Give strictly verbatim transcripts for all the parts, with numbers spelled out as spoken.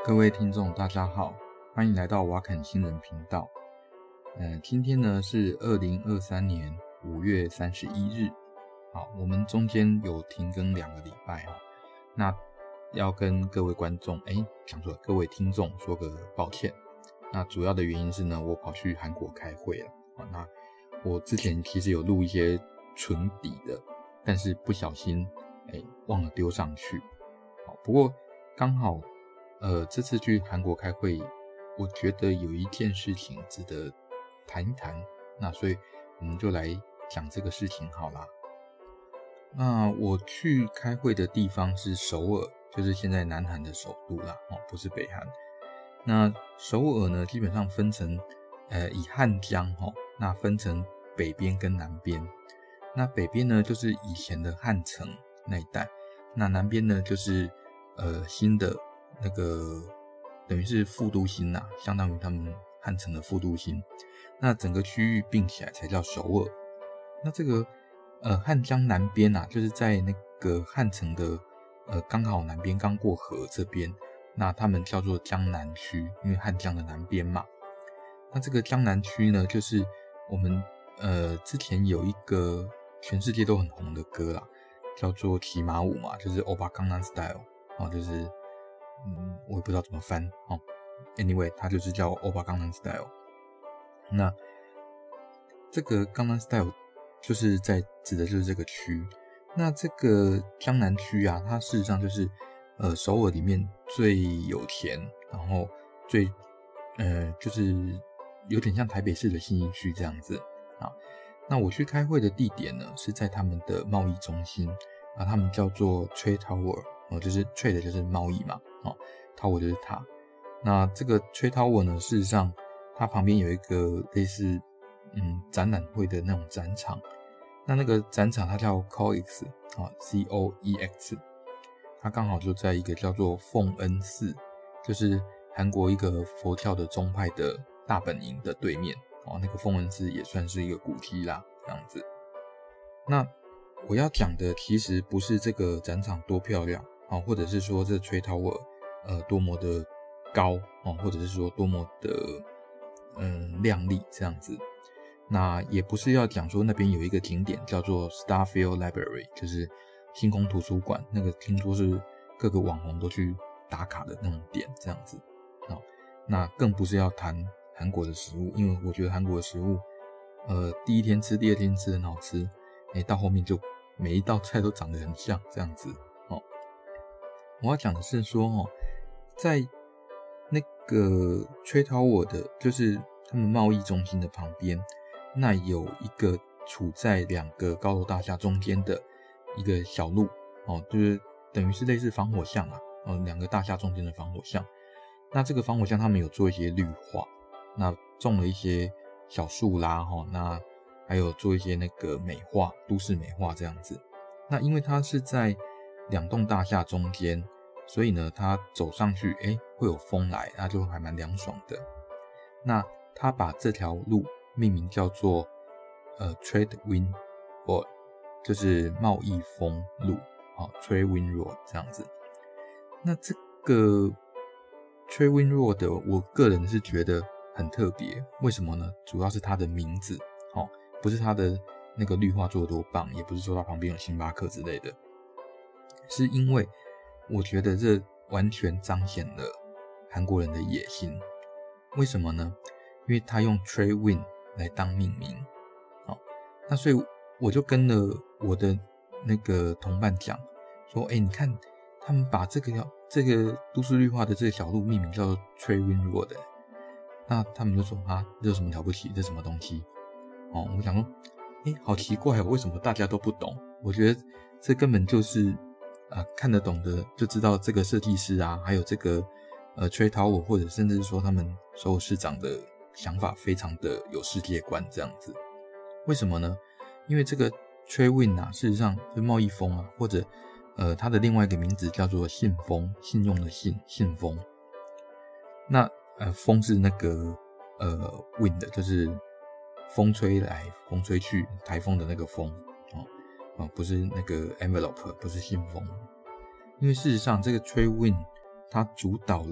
各位听众大家好，欢迎来到瓦肯新人频道。呃，今天呢是二零二三年五月三十一日，好，我们中间有停更两个礼拜哈，那要跟各位观众，哎，讲错了，各位听众说个抱歉。那主要的原因是呢，我跑去韩国开会了。好，那我之前其实有录一些存底的，但是不小心哎忘了丢上去。好，不过刚好。呃，这次去韩国开会，我觉得有一件事情值得谈一谈，那所以我们就来讲这个事情好啦。那我去开会的地方是首尔，就是现在南韩的首都啦，哦，不是北韩。那首尔呢，基本上分成，呃，以汉江哈、哦，那分成北边跟南边。那北边呢，就是以前的汉城那一带，那南边呢，就是呃新的。那个等于是副都心啊，相当于他们汉城的副都心。那整个区域并起来才叫首尔。那这个呃汉江南边啊，就是在那个汉城的呃刚好南边刚过河这边，那他们叫做江南区，因为汉江的南边嘛。那这个江南区呢，就是我们呃之前有一个全世界都很红的歌啦，叫做骑马舞嘛，就是欧巴江南 style 哦，就是。嗯，我也不知道怎么翻哦。Anyway， 它就是叫欧巴江南 style。那这个江南 style 就是在指的就是这个区。那这个江南区啊，它事实上就是呃首尔里面最有钱，然后最呃就是有点像台北市的信义区这样子啊。那我去开会的地点呢，是在他们的贸易中心啊，他们叫做 Trade Tower。哦，就是 trade 就是贸易嘛，哦 ，tower 就是塔。那这个 trade tower 呢，事实上它旁边有一个类似嗯展览会的那种展场。那那个展场它叫 COEX 啊 ，C O E X， 它刚好就在一个叫做奉恩寺，就是韩国一个佛教的宗派的大本营的对面。哦，那个奉恩寺也算是一个古迹啦，这样子。那我要讲的其实不是这个展场多漂亮。哦，或者是说这Trade Tower呃多么的高哦，或者是说多么的嗯亮丽这样子。那也不是要讲说那边有一个景点叫做 Starfield Library， 就是星空图书馆，那个听说是各个网红都去打卡的那种点这样子。好，那更不是要谈韩国的食物，因为我觉得韩国的食物呃第一天吃第二天吃很好吃，诶到后面就每一道菜都长得很像这样子。我要讲的是说哦，在那个Trade Tower的，就是他们贸易中心的旁边，那有一个处在两个高楼大厦中间的一个小路哦，就是等于是类似防火巷啊，哦，两个大厦中间的防火巷。那这个防火巷他们有做一些绿化，那种了一些小树啦，哈、哦，那还有做一些那个美化，都市美化这样子。那因为它是在两栋大厦中间，所以呢，它走上去，哎，会有风来，那就还蛮凉爽的。那他把这条路命名叫做呃 Trade Wind Road， 就是贸易风路，好、哦、Trade Wind Road 这样子。那这个 Trade Wind Road 的，我个人是觉得很特别，为什么呢？主要是它的名字，哦，不是它的那个绿化做得多棒，也不是说它旁边有星巴克之类的。是因为我觉得这完全彰显了韩国人的野心。为什么呢？因为他用 Trade Wind 来当命名。好，那所以我就跟了我的那个同伴讲说，哎，你看他们把这个这个都市绿化的这个小路命名叫做 Trade Wind Road， 那他们就说啊，这有什么了不起？这什么东西？哦，我想说，哎，好奇怪哦，为什么大家都不懂？我觉得这根本就是啊，看得懂的就知道这个设计师啊，还有这个呃 Trade Tower， 或者甚至是说他们首尔市长的想法非常的有世界观这样子。为什么呢？因为这个 Trade Wind 啊，事实上就贸易风啊，或者呃它的另外一个名字叫做信风，信用的信，信风。那呃风是那个呃 wind， 就是风吹来风吹去，台风的那个风哦。哦，不是那个 envelope， 不是信封。因为事实上这个 Trade Wind 它主导了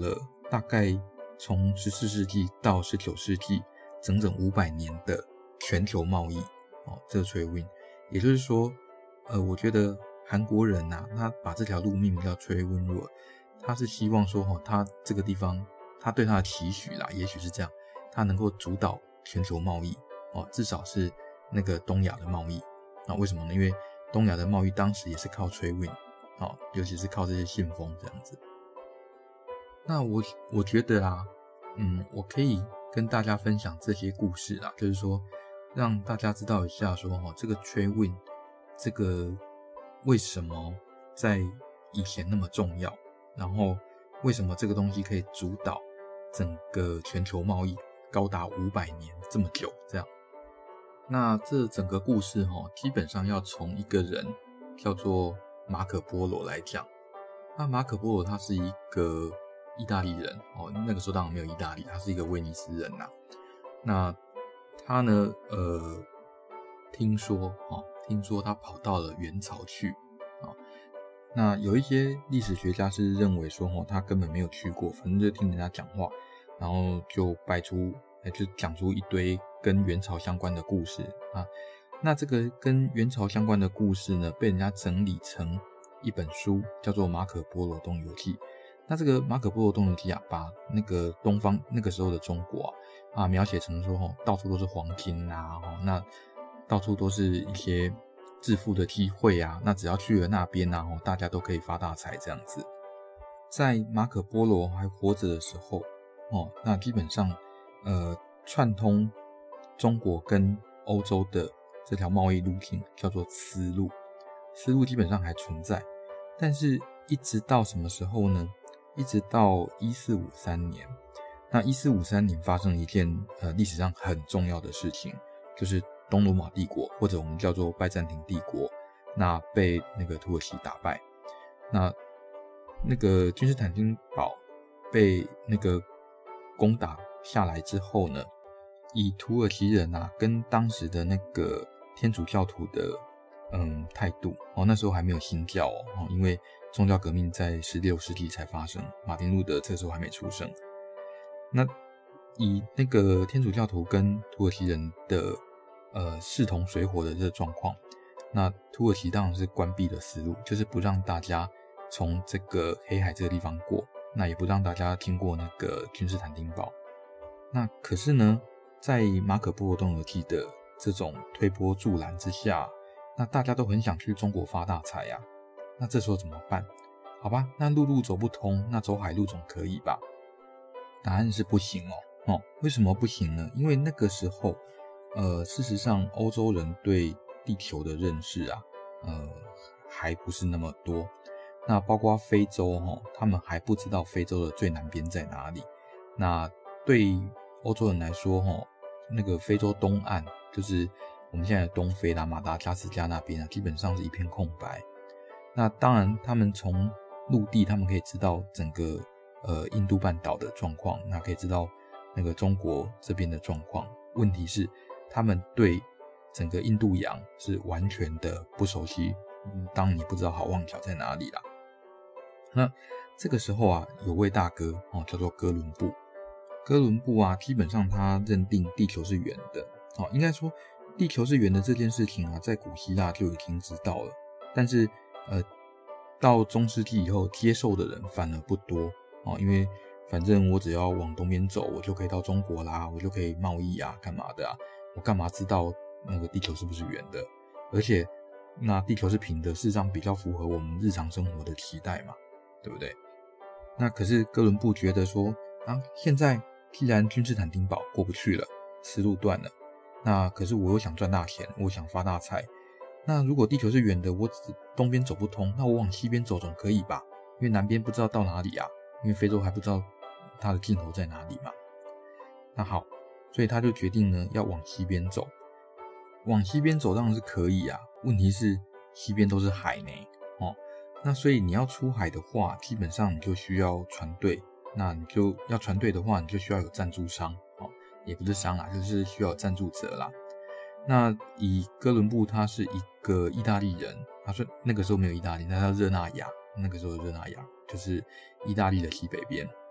大概从十四世纪到十九世纪整整五百年的全球贸易哦，这个 trade wind， 也就是说，呃，我觉得韩国人呐、啊，他把这条路命名叫 trade wind road， 他是希望说，哦，他这个地方，他对他的期许啦，也许是这样，他能够主导全球贸易哦，至少是那个东亚的贸易啊、哦？为什么呢？因为东亚的贸易当时也是靠 trade wind， 哦，尤其是靠这些信封这样子。那我我觉得啊，嗯，我可以跟大家分享这些故事啊，就是说让大家知道一下说，哦，这个 trade wind 这个为什么在以前那么重要，然后为什么这个东西可以主导整个全球贸易高达五百年这么久这样。那这整个故事齁，基本上要从一个人叫做马可波罗来讲。那马可波罗他是一个意大利人哦，那个时候当然没有意大利，他是一个威尼斯人呐、啊。那他呢，呃，听说哦，听说他跑到了元朝去啊、哦。那有一些历史学家是认为说，哦，他根本没有去过，反正就听人家讲话，然后就掰出，就讲出一堆跟元朝相关的故事啊。那这个跟元朝相关的故事呢，被人家整理成一本书，叫做《马可波罗东游记》。那这个马可波罗东游记啊，把那个东方那个时候的中国啊，啊描写成说，哦，到处都是黄金啊，哦，那到处都是一些致富的机会啊，那只要去了那边啊，哦，大家都可以发大财这样子。在马可波罗还活着的时候，哦，那基本上，呃，串通中国跟欧洲的这条贸易路径叫做丝路，丝路基本上还存在，但是一直到什么时候呢？一直到一四五三年，那一四五三年发生了一件呃历史上很重要的事情，就是东罗马帝国或者我们叫做拜占庭帝国，那被那个土耳其打败，那那个君士坦丁堡被那个攻打下来之后呢，以土耳其人啊跟当时的那个天主教徒的嗯态度哦，那时候还没有新教哦，因为宗教革命在十六世纪才发生，马丁路德这时候还没出生。那以那个天主教徒跟土耳其人的呃势同水火的这个状况，那土耳其当然是关闭了丝路，就是不让大家从这个黑海这个地方过，那也不让大家经过那个君士坦丁堡。那可是呢，在马可波罗东游记的这种推波助澜之下，那大家都很想去中国发大财啊。那这时候怎么办？好吧，那陆路走不通，那走海路总可以吧？答案是不行哦。哦，为什么不行呢？因为那个时候，呃，事实上欧洲人对地球的认识啊，呃，还不是那么多。那包括非洲哦，他们还不知道非洲的最南边在哪里。那对欧洲人来说，哦，那个非洲东岸就是我们现在的东非啦、马达加斯加那边啊，基本上是一片空白。那当然，他们从陆地，他们可以知道整个呃印度半岛的状况，那可以知道那个中国这边的状况。问题是，他们对整个印度洋是完全的不熟悉，嗯、当然你不知道好望角在哪里啦。那这个时候啊，有位大哥哦，叫做哥伦布。哥伦布啊，基本上他认定地球是圆的，哦，应该说地球是圆的这件事情啊，在古希腊就已经知道了，但是呃，到中世纪以后，接受的人反而不多哦，因为反正我只要往东边走，我就可以到中国啦，我就可以贸易啊，干嘛的啊？我干嘛知道那个地球是不是圆的？而且那地球是平的，事实上比较符合我们日常生活的期待嘛，对不对？那可是哥伦布觉得说啊，现在既然君士坦丁堡过不去了，丝路断了，那可是我又想赚大钱，我想发大财。那如果地球是圆的，我只东边走不通，那我往西边走总可以吧？因为南边不知道到哪里啊，因为非洲还不知道它的尽头在哪里嘛。那好，所以他就决定呢要往西边走。往西边走当然是可以啊，问题是西边都是海呢，哦，那所以你要出海的话，基本上你就需要船队，那你就要船队的话，你就需要有赞助商，哦，也不是商啦，就是需要有赞助者啦。那以哥伦布他是一个意大利人，他说那个时候没有意大利，那叫热那亚，那个时候的热那亚就是意大利的西北边。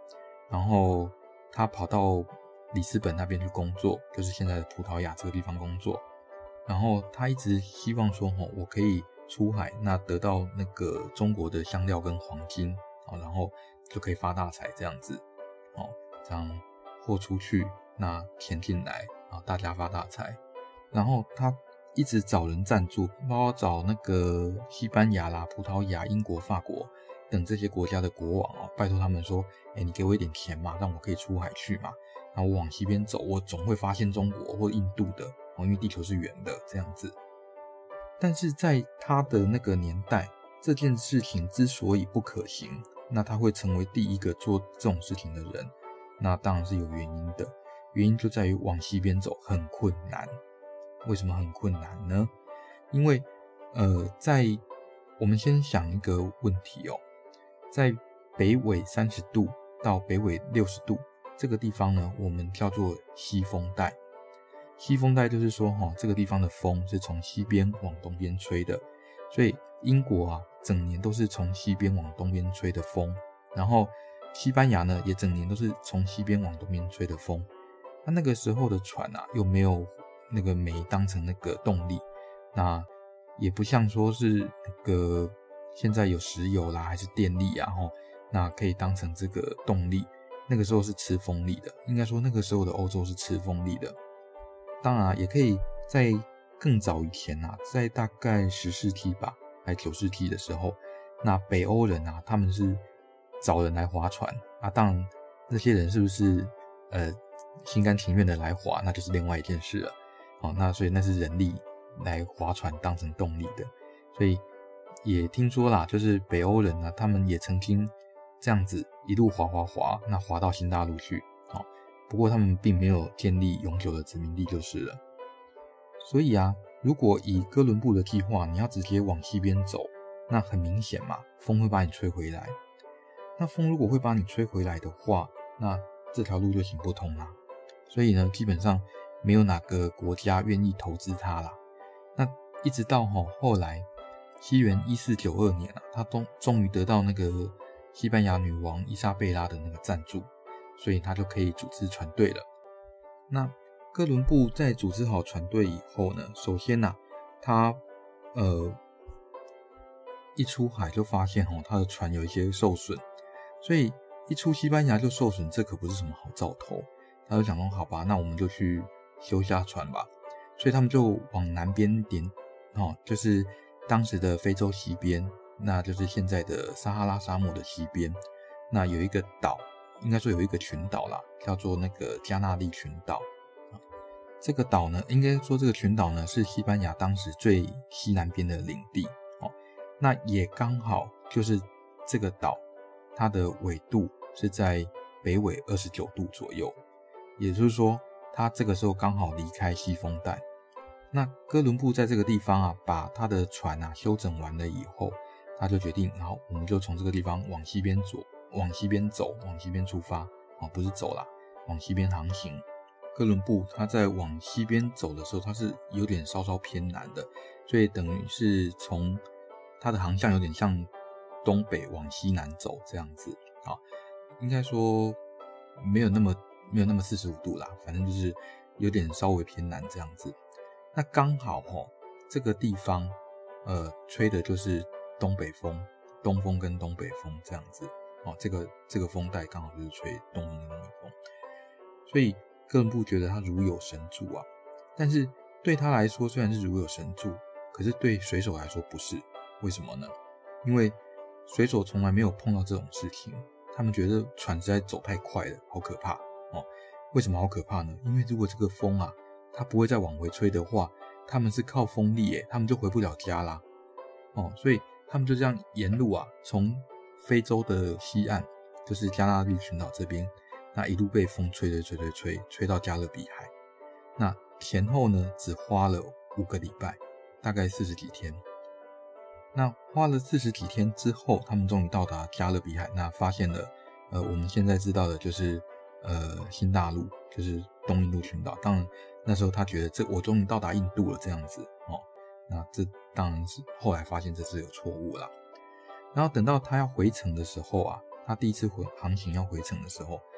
然后他跑到里斯本那边去工作，就是现在的葡萄牙这个地方工作。然后他一直希望说，哦，我可以出海，那得到那个中国的香料跟黄金，然后就可以发大财这样子，这样货出去，那钱进来，大家发大财。然后他一直找人赞助，包括找那个西班牙啦、葡萄牙、英国、法国等这些国家的国王哦，拜托他们说，哎，你给我一点钱嘛，让我可以出海去嘛。然后我往西边走，我总会发现中国或印度的，因为地球是圆的这样子。但是在他的那个年代，这件事情之所以不可行，那他会成为第一个做这种事情的人，那当然是有原因的。原因就在于往西边走很困难。为什么很困难呢？因为呃，在我们先想一个问题哦，在北纬三十度到北纬六十度这个地方呢，我们叫做西风带。西风带就是说，哦，这个地方的风是从西边往东边吹的，所以英国啊，整年都是从西边往东边吹的风，然后西班牙呢，也整年都是从西边往东边吹的风。那那个时候的船啊，又没有那个煤当成那个动力，那也不像说是那个现在有石油啦，还是电力啊，齁，那可以当成这个动力。那个时候是吃风力的，应该说那个时候的欧洲是吃风力的。当然啊，也可以在更早以前啊，在大概十世纪吧，还九世纪的时候，那北欧人啊，他们是找人来划船啊。当然，那些人是不是呃心甘情愿的来划，那就是另外一件事了。好，那所以那是人力来划船当成动力的。所以也听说啦，就是北欧人啊，他们也曾经这样子一路划划划，那划到新大陆去。好，不过他们并没有建立永久的殖民地就是了。所以啊，如果以哥伦布的计划，你要直接往西边走，那很明显嘛，风会把你吹回来。那风如果会把你吹回来的话，那这条路就行不通啦。所以呢，基本上没有哪个国家愿意投资它啦。那一直到齁后来西元一四九二年啊，他终终于得到那个西班牙女王伊莎贝拉的那个赞助，所以他就可以组织船队了。那哥伦布在组织好船队以后呢，首先啊，他呃一出海就发现齁他的船有一些受损，所以一出西班牙就受损，这可不是什么好兆头。他就想说，好吧，那我们就去修下船吧。所以他们就往南边点，哦，就是当时的非洲西边，那就是现在的撒哈拉沙漠的西边。那有一个岛，应该说有一个群岛啦，叫做那个加纳利群岛。这个岛呢，应该说这个群岛呢是西班牙当时最西南边的领地。哦，那也刚好就是这个岛，它的纬度是在北纬二十九度左右。也就是说，他这个时候刚好离开西风带。那哥伦布在这个地方啊，把他的船啊修整完了以后，他就决定，好，我们就从这个地方往西边走，往西边走，往西边出发，哦，不是走啦，往西边航行。哥伦布他在往西边走的时候，他是有点稍稍偏南的，所以等于是从他的航向有点像东北往西南走这样子。好，应该说没有那么。没有那么四十五度啦，反正就是有点稍微偏南这样子。那刚好齁，这个地方呃吹的就是东北风，东风跟东北风这样子。哦，这个这个风带刚好就是吹东风跟东北风，所以哥伦布觉得他如有神助啊。但是对他来说虽然是如有神助，可是对水手来说不是。为什么呢？因为水手从来没有碰到这种事情，他们觉得船实在走太快了，好可怕。哦，为什么好可怕呢？因为如果这个风啊，它不会再往回吹的话，他们是靠风力耶，他们就回不了家啦。哦，所以他们就这样沿路啊，从非洲的西岸，就是加纳利群岛这边，那一路被风吹吹吹吹吹，吹到加勒比海。那前后呢，只花了五个礼拜，大概四十几天。那花了四十几天之后，他们终于到达加勒比海，那发现了，呃，我们现在知道的就是。呃，新大陆就是东印度群岛。当然那时候他觉得这我终于到达印度了这样子哦。那这当然是后来发现这是有错误啦。然后等到他要回程的时候啊，他第一次回航行要回程的时候，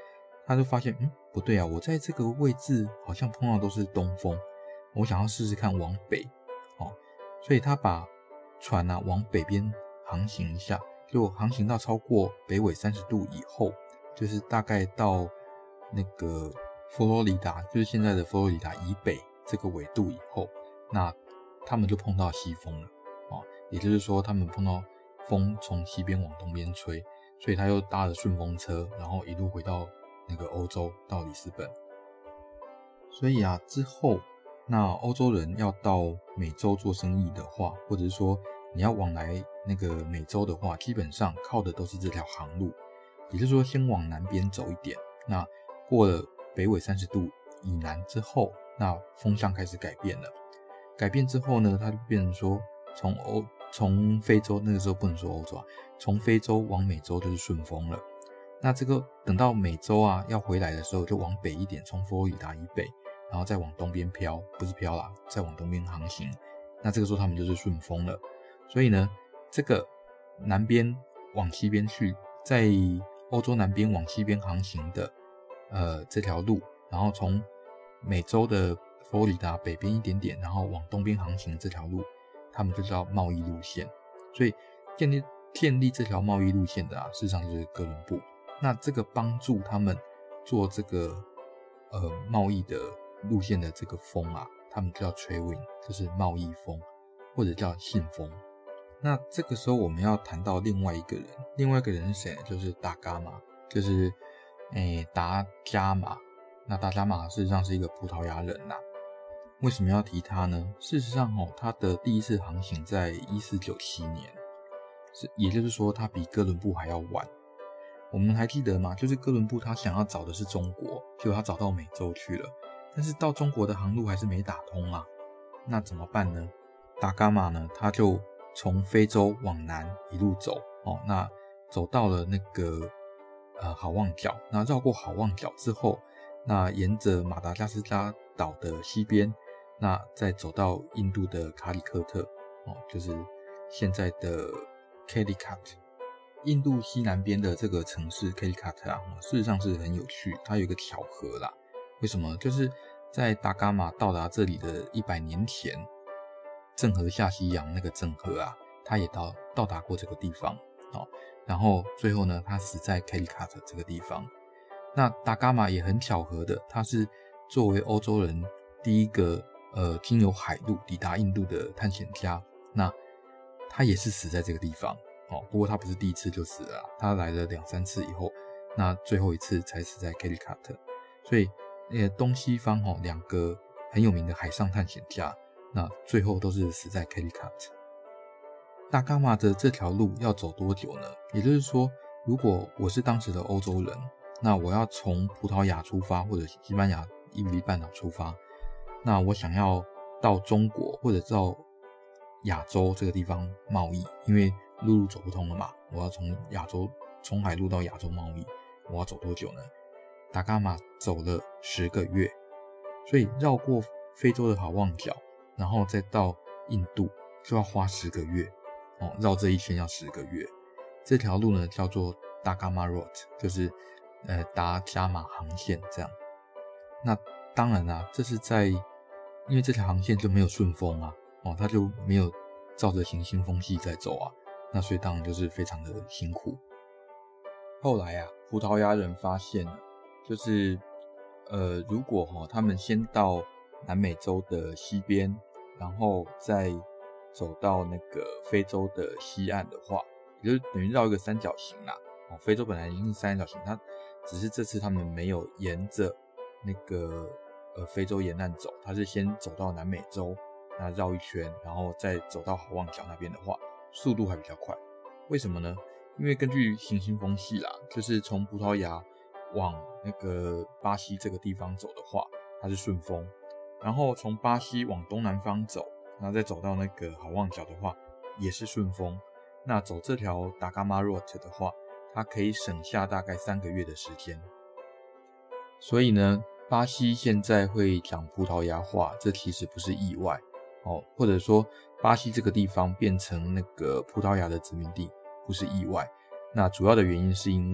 他就发现，嗯，不对啊，我在这个位置好像碰到都是东风，我想要试试看往北，哦，所以他把船啊往北边航行一下，就航行到超过北纬三十度以后，就是大概到那个佛罗里达，就是现在的佛罗里达以北这个纬度以后，那他们就碰到西风了，哦，也就是说他们碰到风从西边往东边吹，所以他又搭了顺风车，然后一路回到那个欧洲，到里斯本。所以啊，之后那欧洲人要到美洲做生意的话，或者是说你要往来那个美洲的话，基本上靠的都是这条航路，也就是说先往南边走一点，那过了北纬三十度以南之后，那风向开始改变了。改变之后呢，它就变成说从欧从非洲，那个时候不能说欧洲啊，从非洲往美洲就是顺风了。那这个等到美洲啊要回来的时候，就往北一点，从佛罗里达以北，然后再往东边飘，不是飘啦，再往东边航行。那这个时候他们就是顺风了。所以呢，这个南边往西边去，在欧洲南边往西边航行的呃这条路，然后从美洲的佛罗里达北边一点点，然后往东边航行的这条路，他们就叫贸易路线。所以建立建立这条贸易路线的啊，事实上就是哥伦布。那这个帮助他们做这个呃贸易的路线的这个风啊，他们叫 trade wind， 就是贸易风或者叫信风。那这个时候我们要谈到另外一个人，另外一个人是谁呢？就是达伽马，就是诶达伽马。那达伽马事实上是一个葡萄牙人呐、啊。为什么要提他呢？事实上哦，他的第一次航行在一四九七年，是也就是说他比哥伦布还要晚。我们还记得吗？就是哥伦布他想要找的是中国，结果他找到美洲去了，但是到中国的航路还是没打通啊。那怎么办呢？达伽马呢，他就从非洲往南一路走，哦，那走到了那个呃好望角，那绕过好望角之后，那沿着马达加斯加岛的西边，那再走到印度的卡里克特，哦，就是现在的 Calicut。印度西南边的这个城市 Calicut 啊，事实上是很有趣，它有一个巧合啦。为什么？就是在达伽马到达这里的一百年前，郑和下西洋那个郑和啊，他也到到达过这个地方，哦，然后最后呢，他死在 Calicut 这个地方。那达伽马也很巧合的，他是作为欧洲人第一个呃经由海路抵达印度的探险家，那他也是死在这个地方。哦，不过他不是第一次就死了啦，他来了两三次以后，那最后一次才死在 Calicut。所以，呃，东西方哦两个很有名的海上探险家，那最后都是死在 Calicut。达伽马的这条路要走多久呢？也就是说，如果我是当时的欧洲人，那我要从葡萄牙出发，或者西班牙伊比利半岛出发，那我想要到中国或者到亚洲这个地方贸易，因为陆路走不通了嘛，我要从亚洲从海路到亚洲贸易，我要走多久呢？达伽马走了十个月，所以绕过非洲的好望角，然后再到印度就要花十个月，哦，绕这一圈要十个月。这条路呢叫做达伽马 route， 就是呃达伽马航线这样。那当然啦、啊，这是在因为这条航线就没有顺风啊，哦，它就没有照着行星风系在走啊。那所以当然就是非常的辛苦。后来啊，葡萄牙人发现了，就是呃，如果齁、哦、他们先到南美洲的西边，然后再走到那个非洲的西岸的话，也就是等于绕一个三角形啦。哦，非洲本来已经是三角形，它只是这次他们没有沿着那个呃非洲沿岸走，它是先走到南美洲，那绕一圈，然后再走到好望角那边的话，速度还比较快。为什么呢？因为根据行星风系啦，就是从葡萄牙往那个巴西这个地方走的话，它是顺风，然后从巴西往东南方走，然后再走到那个好望角的话也是顺风。那走这条达伽马 route 的话，它可以省下大概三个月的时间。所以呢，巴西现在会讲葡萄牙话，这其实不是意外哦，或者说巴西这个地方变成那个葡萄牙的殖民地不是意外。那主要的原因是因为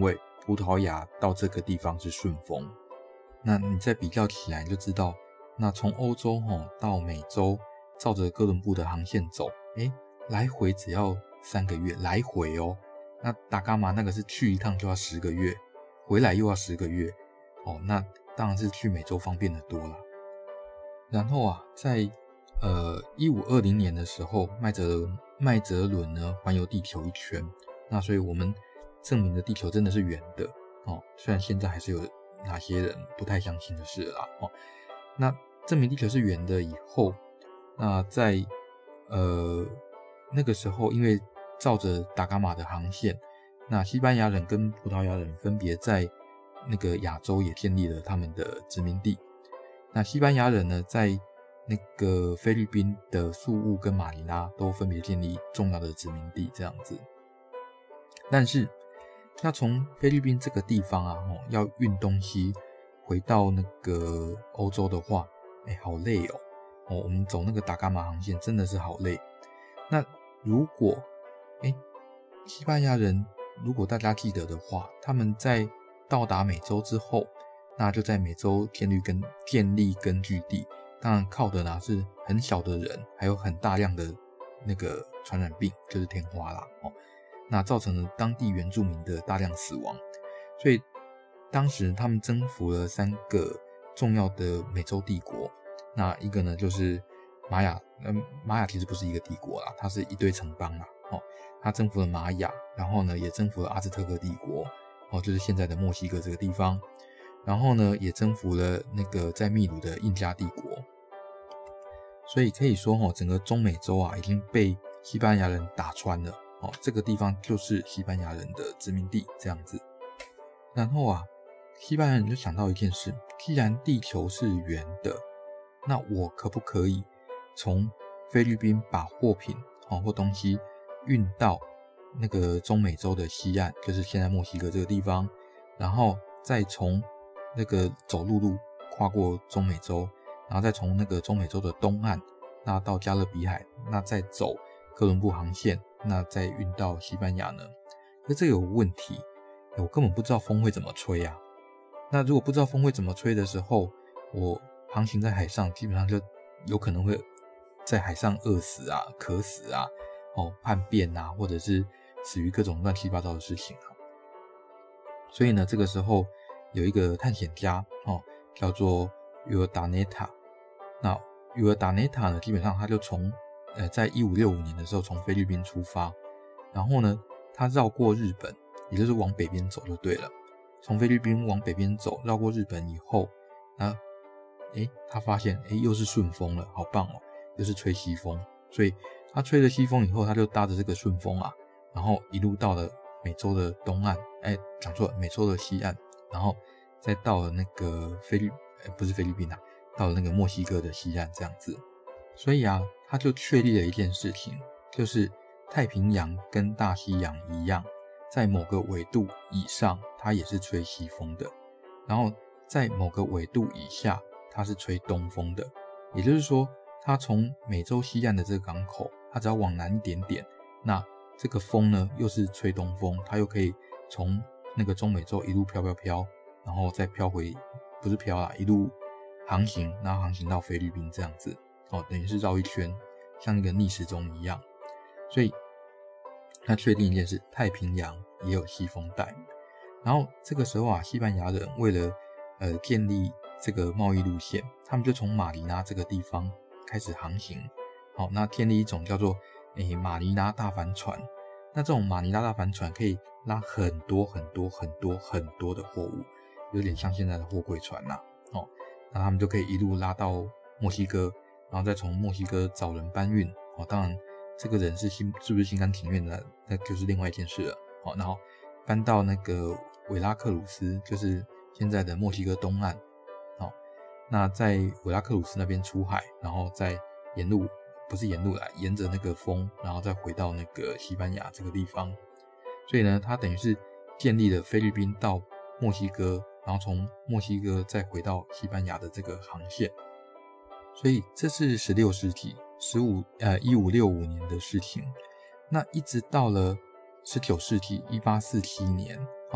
葡萄牙到这个地方是顺风。那你再比较起来你就知道，那从欧洲、哦、到美洲照着哥伦布的航线走，诶来回只要三个月，来回哦。那达伽马那个是去一趟就要十个月，回来又要十个月哦，那当然是去美洲方便的多啦。然后啊，在呃一五二零年的时候，麦哲麦哲伦呢环游地球一圈，那所以我们证明的地球真的是圆的哦。虽然现在还是有哪些人不太相信的事啦哦。那证明地球是圆的以后，那在呃那个时候，因为照着达伽马的航线，那西班牙人跟葡萄牙人分别在那个亚洲也建立了他们的殖民地。那西班牙人呢，在那个菲律宾的宿务跟马尼拉都分别建立重要的殖民地，这样子。但是要从菲律宾这个地方啊，哦、要运东西回到那个欧洲的话，哎，好累哦。哦，我们走那个达伽马航线真的是好累。那如果哎，西班牙人如果大家记得的话，他们在到达美洲之后，那就在美洲建立根建立根据地，当然靠的呢是很小的人，还有很大量的那个传染病，就是天花啦哦，那造成了当地原住民的大量死亡。所以当时他们征服了三个重要的美洲帝国，那一个呢就是玛雅，嗯，玛雅其实不是一个帝国啦，它是一堆城邦啦哦，他征服了玛雅，然后呢也征服了阿兹特克帝国哦，就是现在的墨西哥这个地方。然后呢，也征服了那个在秘鲁的印加帝国，所以可以说哦，整个中美洲啊已经被西班牙人打穿了哦，这个地方就是西班牙人的殖民地这样子。然后啊，西班牙人就想到一件事，既然地球是圆的，那我可不可以从菲律宾把货品哦或东西运到那个中美洲的西岸，就是现在墨西哥这个地方，然后再从那个走陆路跨过中美洲，然后再从那个中美洲的东岸那到加勒比海，那再走哥伦布航线，那再运到西班牙呢？可是这个有问题，我根本不知道风会怎么吹啊。那如果不知道风会怎么吹的时候，我航行在海上基本上就有可能会在海上饿死啊、渴死啊、哦叛变啊，或者是死于各种乱七八糟的事情啊。所以呢，这个时候有一个探险家哦，叫做约尔达内塔。那约尔达内塔呢，基本上他就从呃，在一五六五年的时候从菲律宾出发，然后呢，他绕过日本，也就是往北边走就对了。从菲律宾往北边走，绕过日本以后，那诶，他发现诶又是顺风了，好棒哦，又是吹西风。所以他吹了西风以后，他就搭着这个顺风啊，然后一路到了美洲的东岸，诶，讲错了，美洲的西岸。然后再到了那个菲律不是菲律宾啊，到了那个墨西哥的西岸这样子。所以啊，他就确立了一件事情，就是太平洋跟大西洋一样，在某个纬度以上它也是吹西风的，然后在某个纬度以下它是吹东风的。也就是说，它从美洲西岸的这个港口，它只要往南一点点，那这个风呢又是吹东风，它又可以从那个中美洲一路飘飘飘，然后再飘回，不是飘啦，一路航行，然后航行到菲律宾这样子，哦，等于是绕一圈，像一个逆时钟一样。所以他确定一件事，太平洋也有西风带。然后这个时候啊，西班牙人为了呃建立这个贸易路线，他们就从马尼拉这个地方开始航行，好，那建立一种叫做诶马尼拉大帆船。那这种马尼拉大帆船可以拉很多很多很多很多的货物，有点像现在的货柜船啦、啊、哦，那他们就可以一路拉到墨西哥，然后再从墨西哥找人搬运，哦，当然这个人是心是不是心甘情愿的，那就是另外一件事了，哦，然后搬到那个维拉克鲁斯，就是现在的墨西哥东岸，哦，那在维拉克鲁斯那边出海，然后再沿路不是沿路来，沿着那个风，然后再回到那个西班牙这个地方。所以呢，他等于是建立了菲律宾到墨西哥，然后从墨西哥再回到西班牙的这个航线。所以这是十六世纪十五呃一五六五年的事情。那一直到了十九世纪一八四七年，哦，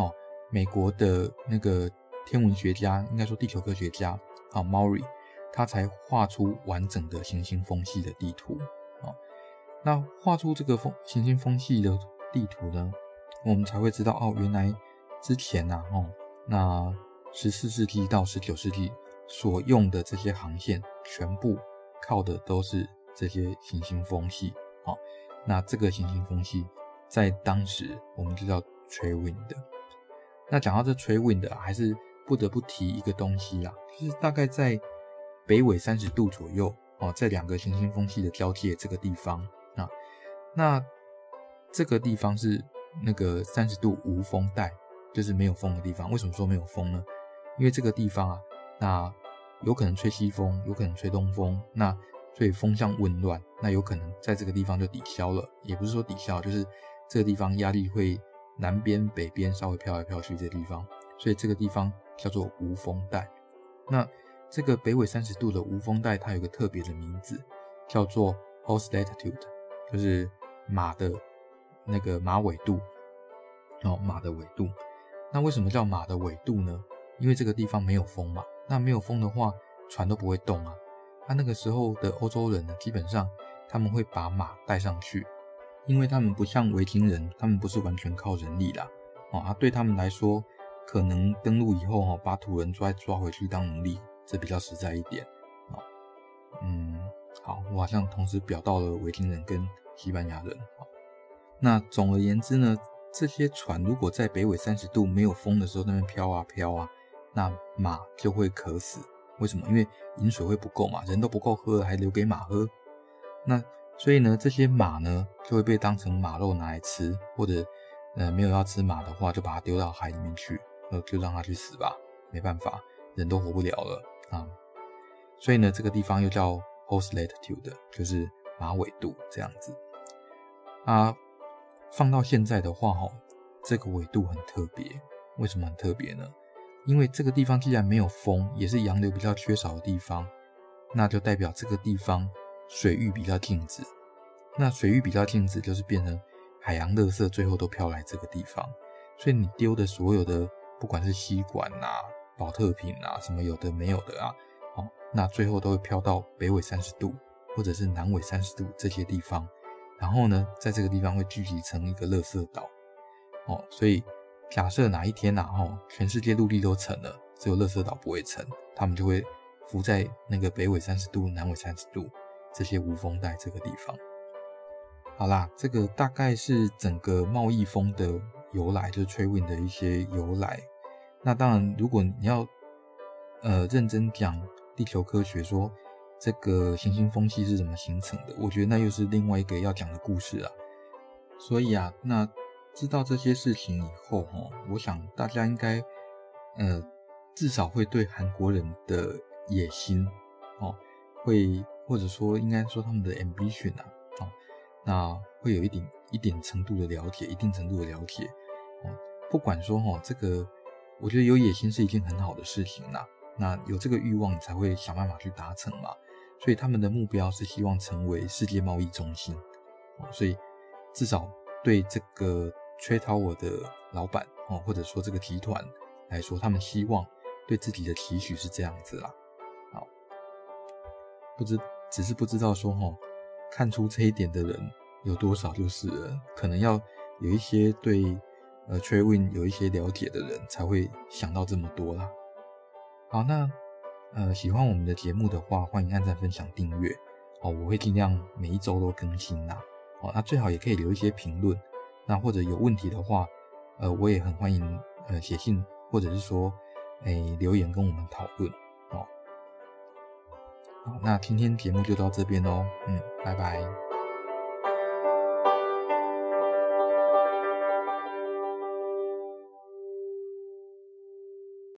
美国的那个天文学家，应该说地球科学家啊 Maury， 他才画出完整的行星风系的地图啊。那画出这个风行星风系的地图呢，我们才会知道哦，原来之前啊，哦，那十四世纪到十九世纪所用的这些航线，全部靠的都是这些行星风系。好，那这个行星风系在当时我们就叫 trade wind 的。那讲到这 trade wind 啊，还是不得不提一个东西啦，就是大概在北纬三十度左右哦，在两个行星风系的交界这个地方啊，那这个地方是那个三十度无风带，就是没有风的地方。为什么说没有风呢？因为这个地方啊，那有可能吹西风，有可能吹东风，那所以风向混乱，那有可能在这个地方就抵消了，也不是说抵消，就是这个地方压力会南边北边稍微飘来飘去这个地方，所以这个地方叫做无风带。那这个北纬三十度的无风带，它有一个特别的名字，叫做 horse latitude， 就是马的那个马纬度，哦，马的纬度。那为什么叫马的纬度呢？因为这个地方没有风嘛，那没有风的话，船都不会动啊。那那个时候的欧洲人呢，基本上他们会把马带上去，因为他们不像维京人，他们不是完全靠人力啦。哦，啊，对他们来说，可能登陆以后，哦，把土人抓抓回去当奴隶，这比较实在一点。哦，嗯，好，我好像同时表到了维京人跟西班牙人。好，那总而言之呢，这些船如果在北纬三十度没有风的时候那边飘啊飘啊，那马就会渴死。为什么？因为饮水会不够嘛，人都不够喝，还留给马喝。那所以呢，这些马呢就会被当成马肉拿来吃，或者呃没有要吃马的话，就把它丢到海里面去，呃就让它去死吧，没办法，人都活不了了啊。所以呢，这个地方又叫 horse latitude， 就是马纬度这样子。啊，放到现在的话，齁，这个纬度很特别。为什么很特别呢？因为这个地方既然没有风，也是洋流比较缺少的地方，那就代表这个地方水域比较静止。那水域比较静止，就是变成海洋垃圾最后都飘来这个地方。所以你丢的所有的，不管是吸管啊、保特瓶啊，什么有的没有的啊，哦，那最后都会飘到北纬三十度或者是南纬三十度这些地方。然后呢，在这个地方会聚集成一个垃圾岛。哦，所以假设哪一天啊，哦，全世界陆地都沉了，只有垃圾岛不会沉，他们就会浮在那个北纬三十度、南纬三十度这些无风带这个地方。好啦，这个大概是整个贸易风的由来，就是 trade wind 的一些由来。那当然，如果你要呃认真讲地球科学，说这个行星风系是怎么形成的，我觉得那又是另外一个要讲的故事啊。所以啊，那知道这些事情以后，我想大家应该呃至少会对韩国人的野心哦，会或者说应该说他们的 ambition 啊，哦，那会有一点一点程度的了解，一定程度的了解哦。不管说哦，这个我觉得有野心是一件很好的事情啦。那有这个欲望，你才会想办法去达成嘛。所以他们的目标是希望成为世界贸易中心，哦，所以至少对这个Trade Tower的老板，哦，或者说这个集团来说，他们希望对自己的期许是这样子啦。好，不知只是不知道说，哦，看出这一点的人有多少，就是了可能要有一些对呃 Trade Wind 有一些了解的人才会想到这么多啦。好，那呃喜欢我们的节目的话，欢迎按赞、分享、订阅哦，我会尽量每一周都更新啦。哦，那最好也可以留一些评论。那或者有问题的话，呃，我也很欢迎呃写信或者是说，诶留言跟我们讨论哦。好，那今天节目就到这边咯，嗯，拜拜。